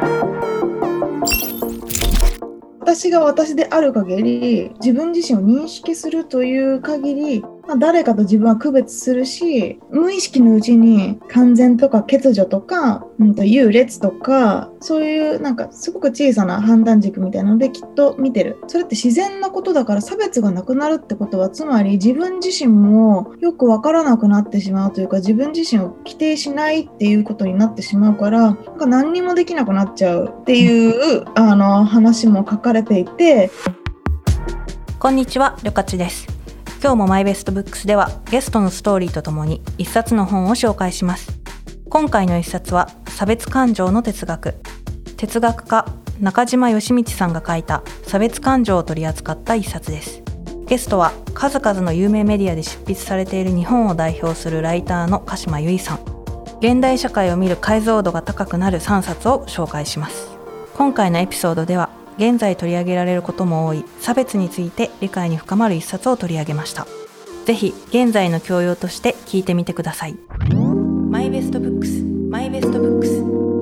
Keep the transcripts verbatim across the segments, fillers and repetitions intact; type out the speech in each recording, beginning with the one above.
私が私である限り、自分自身を認識するという限り、まあ、誰かと自分は区別するし、無意識のうちに完全とか欠如とか、うん、と優劣とか、そういうなんかすごく小さな判断軸みたいなのできっと見てる。それって自然なことだから、差別がなくなるってことは、つまり自分自身もよくわからなくなってしまうというか、自分自身を規定しないっていうことになってしまうから、なんか何にもできなくなっちゃうっていうあの話も書かれていて。 こんにちは、りょかちです。今日もマイベストブックスではゲストのストーリーとともに一冊の本を紹介します。今回の一冊は差別感情の哲学。哲学家中島義道さんが書いた差別感情を取り扱った一冊です。ゲストは数々の有名メディアで執筆されている日本を代表するライターの鹿島由依さん。現代社会を見る解像度が高くなるさんさつを紹介します。今回のエピソードでは現在取り上げられることも多い差別について理解に深まる一冊を取り上げました。ぜひ現在の教養として聞いてみてください。マイベストブックスマイベストブックス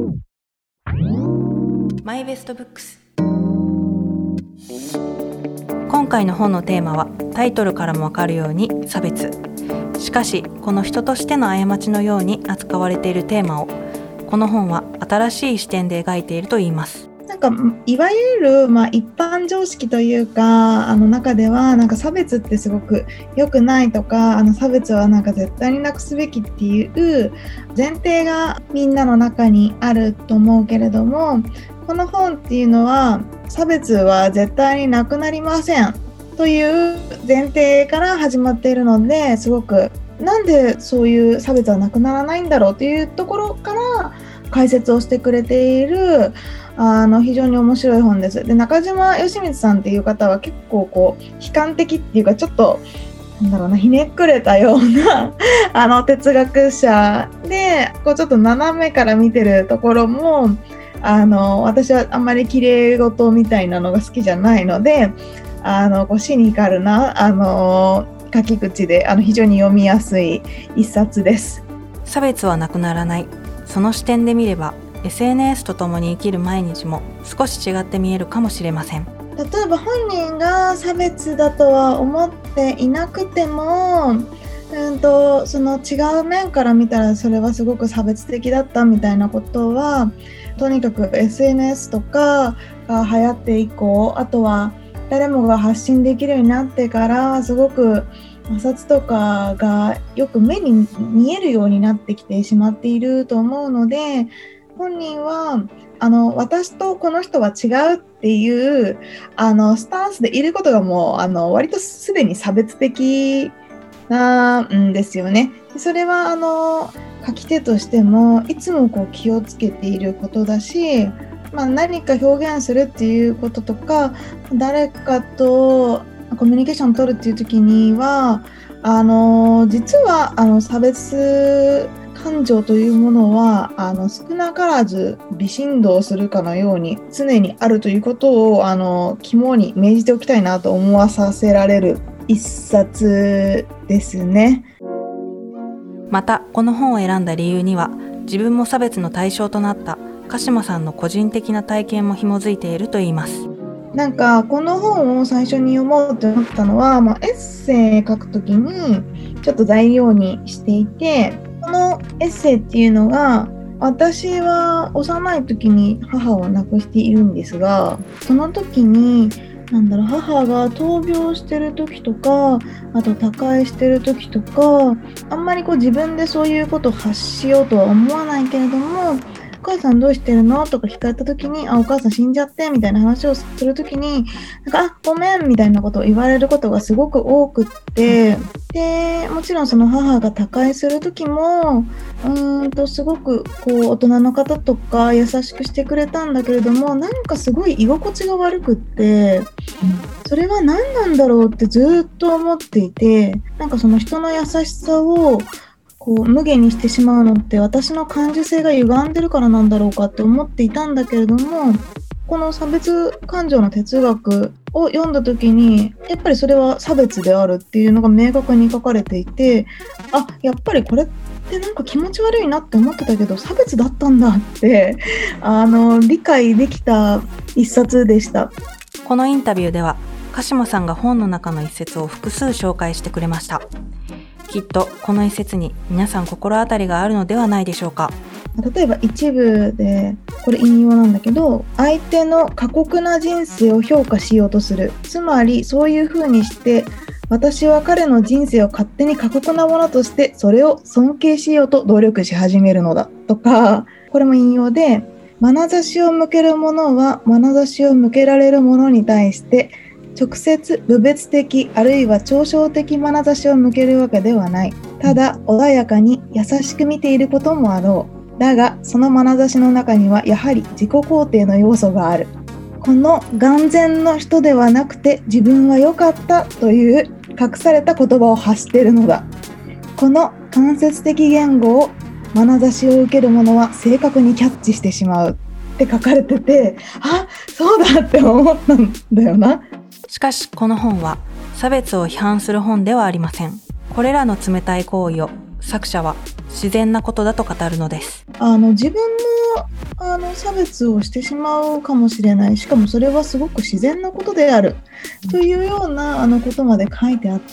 マイベストブックス。今回の本のテーマはタイトルからもわかるように差別。しかしこの人としての過ちのように扱われているテーマをこの本は新しい視点で描いているといいます。 なんかいわゆる、まあ、一般常識というかあの中ではなんか差別ってすごく良くないとか、あの差別はなんか絶対になくすべきっていう前提がみんなの中にあると思うけれども、この本っていうのは差別は絶対になくなりませんという前提から始まっているので、すごくなんでそういう差別はなくならないんだろうというところから解説をしてくれているあの非常に面白い本です。で、中島義光さんっていう方は結構こう悲観的っていうか、ちょっとなんだろうな、ひねくれたようなあの哲学者で、こうちょっと斜めから見てるところもあの私はあんまり綺麗事みたいなのが好きじゃないので、あのこうシニカルなあの書き口であの非常に読みやすい一冊です。 差別はなくならない。その視点で見ればエスエヌエス とともに生きる毎日も少し違って見えるかもしれません。 例えば本人が差別だとは思っていなくても、うんとその違う面から見たらそれはすごく差別的だったみたいなことは、とにかく エスエヌエス とかが流行って以降、あとは誰もが発信できるようになってからすごく摩擦とかがよく目に見えるようになってきてしまっていると思うので、本人はあの私とこの人は違うっていうあのスタンスでいることがもうあの割とすでに差別的なんですよね。それはあの書き手としてもいつもこう気をつけていることだし、まあ、何か表現するっていうこととか、誰かとコミュニケーションを取るっていう時にはあの実はあの差別感情というものはあの少なからず微振動するかのように常にあるということをあの肝に銘じておきたいなと思わさせられる一冊ですね。 またこの本を選んだ理由には、自分も差別の対象となった鹿島さんの個人的な体験も紐づいているといいます。 なんかこの本を最初に読もうと思ったのは、まあ、エッセイ書くときにちょっと材料にしていて、このエッセイっていうのが、私は幼い時に母を亡くしているんですが、その時になんだろう、母が闘病してる時とか、あと他界してる時とか、あんまりこう自分でそういうことを発しようとは思わないけれども、お母さんどうしてるのとか聞かれた時に、あ、お母さん死んじゃってみたいな話をする時に、なんか、あ、ごめんみたいなことを言われることがすごく多くって、で、もちろんその母が他界する時もうーんとすごくこう大人の方とか優しくしてくれたんだけれども、なんかすごい居心地が悪くって、それは何なんだろうってずっと思っていて、なんかその人の優しさをこう無限にしてしまうのって私の感受性が歪んでるからなんだろうかって思っていたんだけれども、この差別感情の哲学を読んだ時に、やっぱりそれは差別であるっていうのが明確に書かれていて、あ、やっぱりこれってってなんか気持ち悪いなって思ってたけど差別だったんだってあの理解できた一冊でした。 このインタビューでは鹿島さんが本の中の一節を複数紹介してくれました。きっとこの一節に皆さん心当たりがあるのではないでしょうか。 例えば一部でこれ引用なんだけど、相手の過酷な人生を評価しようとする、つまりそういう風にして私は彼の人生を勝手に過酷なものとしてそれを尊敬しようと努力し始めるのだとか、これも引用で、眼差しを向ける者は眼差しを向けられる者に対して直接侮蔑的あるいは嘲笑的眼差しを向けるわけではない。ただ穏やかに優しく見ていることもあろう。だがその眼差しの中にはやはり自己肯定の要素がある。この眼前の人ではなくて自分は良かったという隠された言葉を発しているのだ。この間接的言語を眼差しを受ける者は正確にキャッチしてしまうって書かれてて、あ、そうだって思ったんだよな。 しかしこの本は差別を批判する本ではありません。これらの冷たい行為を作者は自然なことだと語るのです。 あの自分もあの差別をしてしまうかもしれない、しかもそれはすごく自然なことであるというようなあのことまで書いてあって、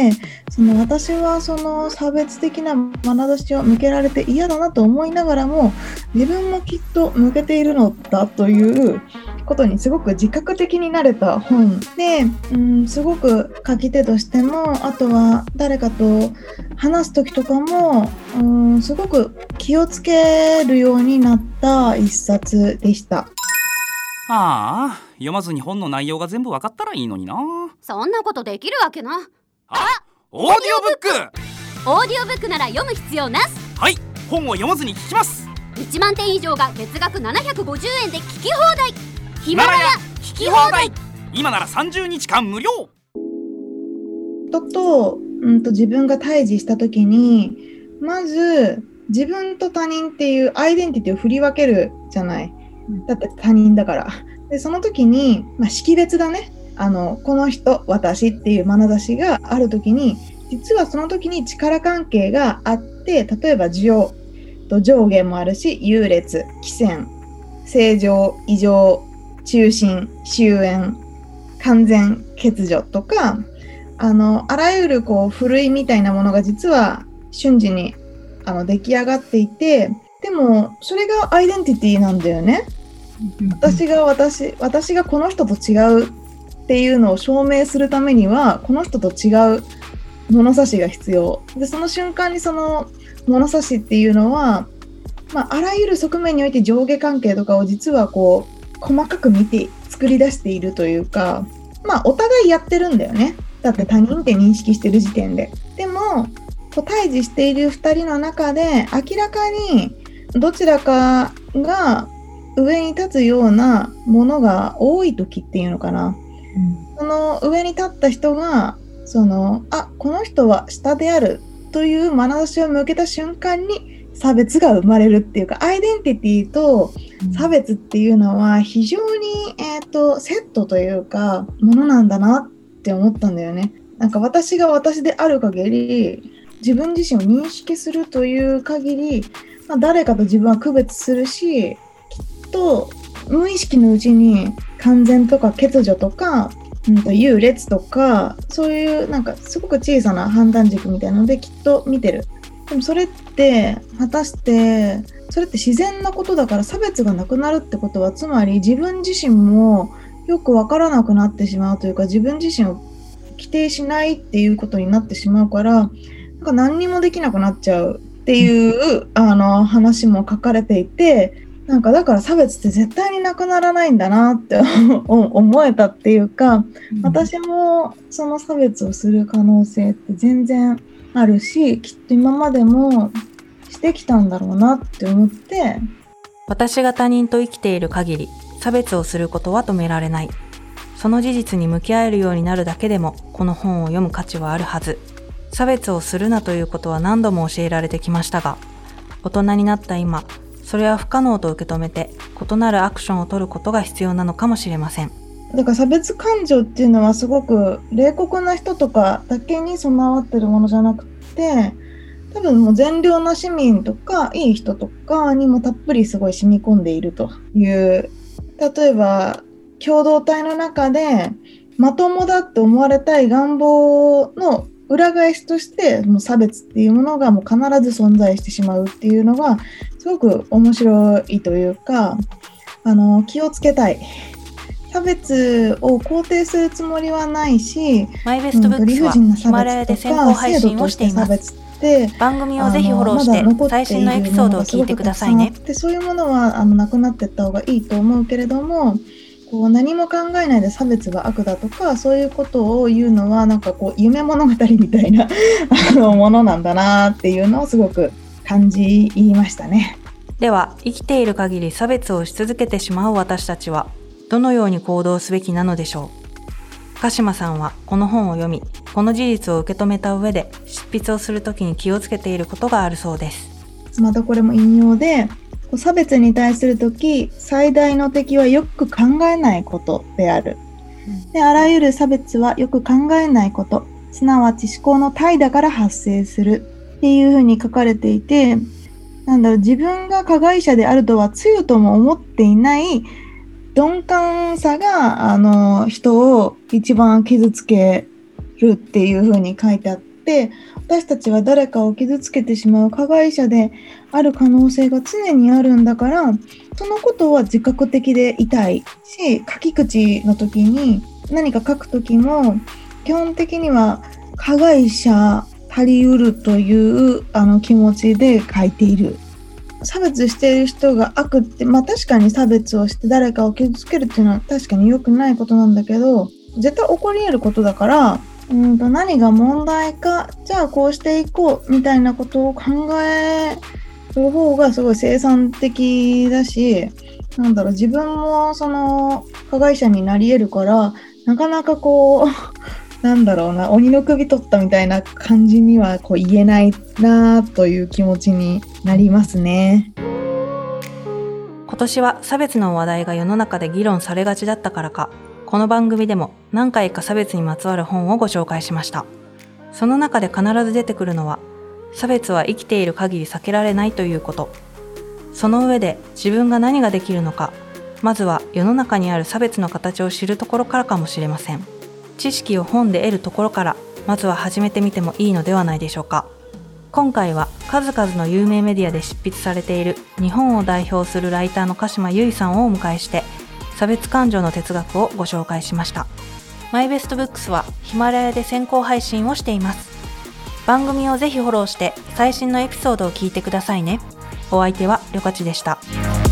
その私はその差別的な眼差しを向けられて嫌だなと思いながらも、自分もきっと向けているのだということにすごく自覚的になれた本で、うん、すごく書き手としても、あとは誰かと話す時とかも、うん、すごく気をつけるようになった一冊でした。 ああ、読まずに本の内容が全部わかったらいいのにな。 そんなことできるわけな。 あ、オーディオブック。 オーディオブックなら読む必要なし。 はい、本を読まずに聞きます。 いちまんてん以上が月額ななひゃくごじゅうえんで聞き放題。 ヒマラヤ聞き放題。今ならさんじゅうにちかん無料。 人と、うんと自分が対峙した時に、まず自分と他人っていうアイデンティティを振り分けるじゃない。だって他人だから。でその時に、まあ、識別だね。あのこの人私っていう眼差しがある時に、実はその時に力関係があって、例えば上と上下もあるし、優劣、奇線、正常、異常、中心、終焉、完全、欠如とか、あのあらゆるこうふるいみたいなものが実は瞬時にあの出来上がっていて、でもそれがアイデンティティなんだよね。私が私私がこの人と違うっていうのを証明するためには、この人と違う物差しが必要で、その瞬間にその物差しっていうのは、まあ、あらゆる側面において上下関係とかを実はこう細かく見て作り出しているというか、まあお互いやってるんだよね。だって他人って認識してる時点で。でもこう対峙しているふたりの中で明らかにどちらかが上に立つようなものが多い時っていうのかな、うん、その上に立った人がそのあこの人は下であるという眼差しを向けた瞬間に差別が生まれるっていうか、アイデンティティと差別っていうのは非常に、えーと、セットというかものなんだなって思ったんだよね。なんか私が私である限り、自分自身を認識するという限り、まあ、誰かと自分は区別するし、きっと無意識のうちに完全とか欠如とか、うん、と優劣とか、そういうなんかすごく小さな判断軸みたいなのできっと見てる。でもそれって果たしてそれって自然なことだから、差別がなくなるってことは、つまり自分自身もよくわからなくなってしまうというか、自分自身を規定しないっていうことになってしまうから、なんか何にもできなくなっちゃうっていうあの話も書かれていて、なんかだから差別って絶対になくならないんだなって思えたっていうか、私もその差別をする可能性って全然あるし、きっと今までもしてきたんだろうなって思って、 私が他人と生きている限り差別をすることは止められない。その事実に向き合えるようになるだけでもこの本を読む価値はあるはず。差別をするなということは何度も教えられてきましたが、大人になった今、それは不可能と受け止めて異なるアクションを取ることが必要なのかもしれません。 だから差別感情っていうのはすごく冷酷な人とかだけに備わってるものじゃなくて、 多分もう善良な市民とかいい人とかにもたっぷりすごい染み込んでいるという、例えば共同体の中でまともだって思われたい願望の裏返しとしてもう差別っていうものがもう必ず存在してしまうっていうのがすごく面白いというか、あの気をつけたい。差別を肯定するつもりはないし、 マイベストブックスはヒマラヤで先行配信をしています。番組をぜひフォローして最新のエピソードを聞いてくださいね。 でそういうものはあのなくなっていった方がいいと思うけれども、こう何も考えないで差別が悪だとかそういうことを言うのはなんかこう夢物語みたいなあのものなんだなっていうのをすごく感じましたね。 では生きている限り差別をし続けてしまう私たちはどのように行動すべきなのでしょう。鹿島さんはこの本を読み、この事実を受け止めた上で執筆をするときに気をつけていることがあるそうです。 またこれも引用で、差別に対するとき最大の敵はよく考えないことである。で、あらゆる差別はよく考えないこと、すなわち思考の怠惰から発生するっていうふうに書かれていて、なんだろう、自分が加害者であるとはつゆとも思っていない鈍感さがあの人を一番傷つけるっていう風に書いてあって、私たちは誰かを傷つけてしまう加害者である可能性が常にあるんだから、そのことは自覚的でいたいし、書き口の時に何か書く時も基本的には加害者たりうるというあの気持ちで書いている。差別している人が悪って、まあ確かに差別をして誰かを傷つけるっていうのは確かに良くないことなんだけど、絶対起こり得ることだから、うんと何が問題か、じゃあこうしていこうみたいなことを考える方がすごい生産的だし、なんだろう、自分もその加害者になり得るから、なかなかこうなんだろうな、鬼の首取ったみたいな感じにはこう言えないなという気持ちになりますね。 今年は差別の話題が世の中で議論されがちだったからか、この番組でも何回か差別にまつわる本をご紹介しました。その中で必ず出てくるのは、差別は生きている限り避けられないということ。その上で自分が何ができるのか、まずは世の中にある差別の形を知るところからかもしれません。知識を本で得るところからまずは始めてみてもいいのではないでしょうか。今回は数々の有名メディアで執筆されている日本を代表するライターの鹿島結衣さんをお迎えして差別感情の哲学をご紹介しました。マイベストブックスはヒマラヤで先行配信をしています。番組をぜひフォローして最新のエピソードを聞いてくださいね。お相手はりょかちでした。